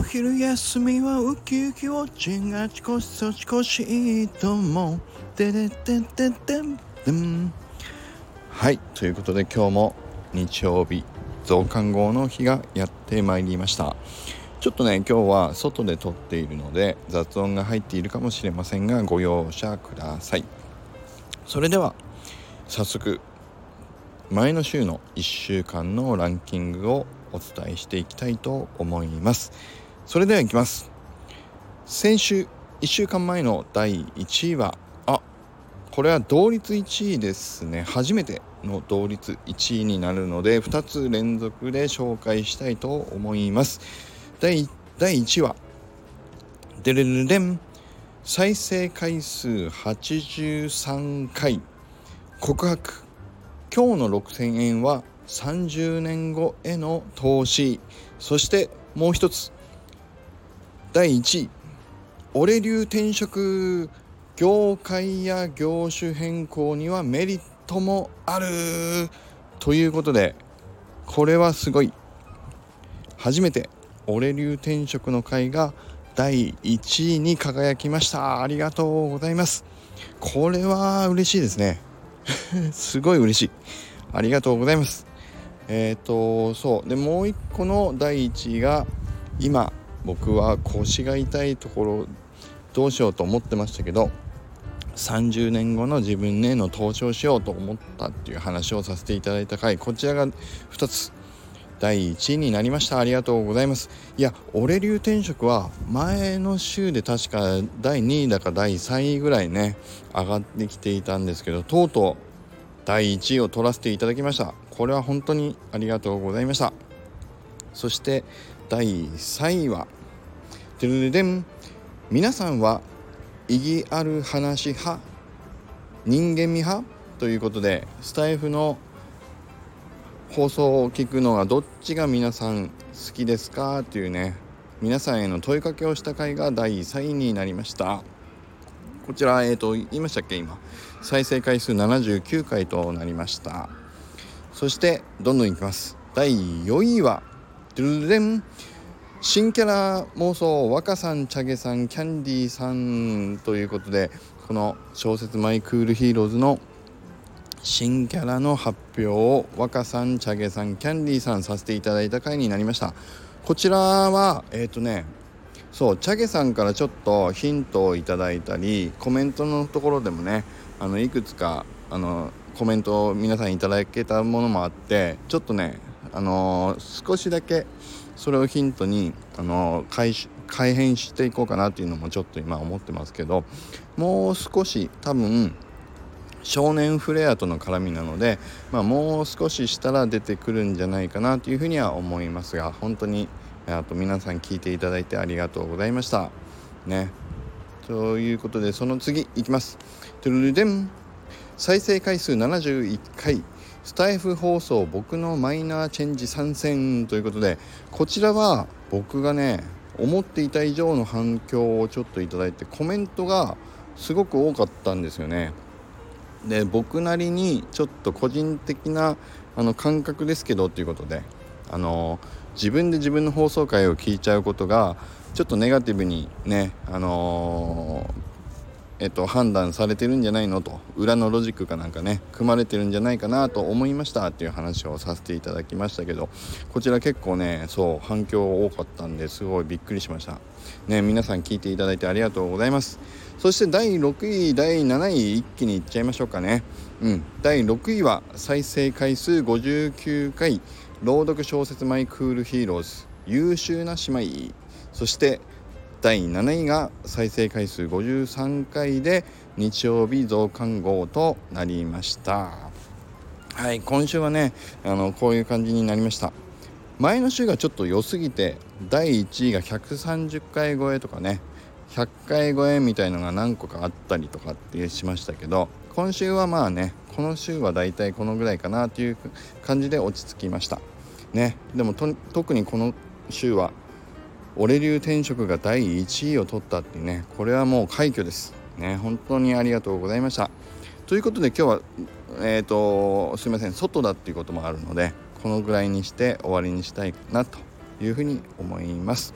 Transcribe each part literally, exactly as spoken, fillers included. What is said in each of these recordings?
昼休みはウキウキウォッチングあちこちそちこちいいと思うででででででん。はい、ということで今日も日曜日増刊号の日がやってまいりました。ちょっとね今日は外で撮っているので雑音が入っているかもしれませんがご容赦ください。それでは早速前の週のいっしゅうかんのランキングをお伝えしていきたいと思います。それではいきます。先週いっしゅうかんまえのだいいちいはあこれは同率いちいですね。初めての同率いちいになるのでふたつ連続で紹介したいと思います。第いちいはデレレレン再生回数はちじゅうさんかい告白今日のろくせんえんはさんじゅうねんごへの投資。そしてもう一つだいいちい俺流転職業界や業種変更にはメリットもあるということでこれはすごい。初めて俺流転職の回がだいいちいに輝きました。ありがとうございます。これは嬉しいですねすごい嬉しい。ありがとうございます。えっとそうでもう一個のだいいちいが今僕は腰が痛いところどうしようと思ってましたけどさんじゅうねんごの自分への投資をしようと思ったっていう話をさせていただいた回、こちらがふたつだいいちいになりました。ありがとうございます。いや俺流転職は前の週で確かだいにいだかだいさんいぐらいね上がってきていたんですけどとうとうだいいちいを取らせていただきました。これは本当にありがとうございました。そしてだいさんいはてるるでん皆さんは意義ある話派人間味派ということでスタイフの放送を聞くのはどっちが皆さん好きですかというね皆さんへの問いかけをした回がだいさんいになりました。こちらえっと言いましたっけ今再生回数ななじゅうきゅうかいとなりました。そしてどんどんいきます。だいよんいはドゥルレン新キャラ妄想若さんチャゲさんキャンディーさんということでこの小説マイクールヒーローズの新キャラの発表を若さんチャゲさんキャンディーさんさせていただいた回になりました。こちらはえっとねそうチャゲさんからちょっとヒントをいただいたりコメントのところでもねあのいくつかあのコメントを皆さんいただけたものもあってちょっとねあのー、少しだけそれをヒントにあのー、改改変していこうかなっていうのもちょっと今思ってますけどもう少し多分少年フレアとの絡みなので、まあ、もう少ししたら出てくるんじゃないかなというふうには思いますが本当にあと皆さん聞いていただいてありがとうございましたね。ということでその次いきます。トゥルルデン再生回数ななじゅういっかいスタイフ放送僕のマイナーチェンジ参戦ということでこちらは僕がね思っていた以上の反響をちょっといただいてコメントがすごく多かったんですよね。で僕なりにちょっと個人的なあの感覚ですけどということであの自分で自分の放送回を聞いちゃうことがちょっとネガティブにねあのー、えっと判断されてるんじゃないのと裏のロジックかなんかね組まれてるんじゃないかなと思いましたっていう話をさせていただきましたけどこちら結構ねそう反響多かったんですごいびっくりしましたね。皆さん聞いていただいてありがとうございます。そしてだいろくいだいなない一気にいっちゃいましょうかね。うんだいろくいは再生回数ごじゅうきゅうかい朗読小説マイクールヒーローズ優秀な姉妹。そしてだいなないが再生回数ごじゅうさんかいで日曜日増刊号となりました。はい今週はねあのこういう感じになりました。前の週がちょっと良すぎてだいいちいがひゃくさんじゅっかい超えとかねひゃっかい超えみたいのが何個かあったりとかってしましたけど今週はまあねこの週はだいたいこのぐらいかなっていう感じで落ち着きましたね。でもと特にこの週は俺流転職がだいいちいを取ったっていうねこれはもう快挙ですね。本当にありがとうございました。ということで今日はえっとすいません外だっていうこともあるのでこのぐらいにして終わりにしたいなというふうに思います。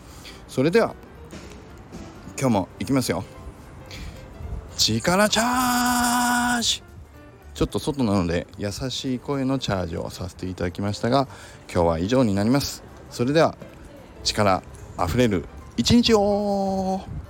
それでは今日もいきますよ。力チャージ。ちょっと外なので優しい声のチャージをさせていただきましたが、今日は以上になります。それでは力あふれる一日を。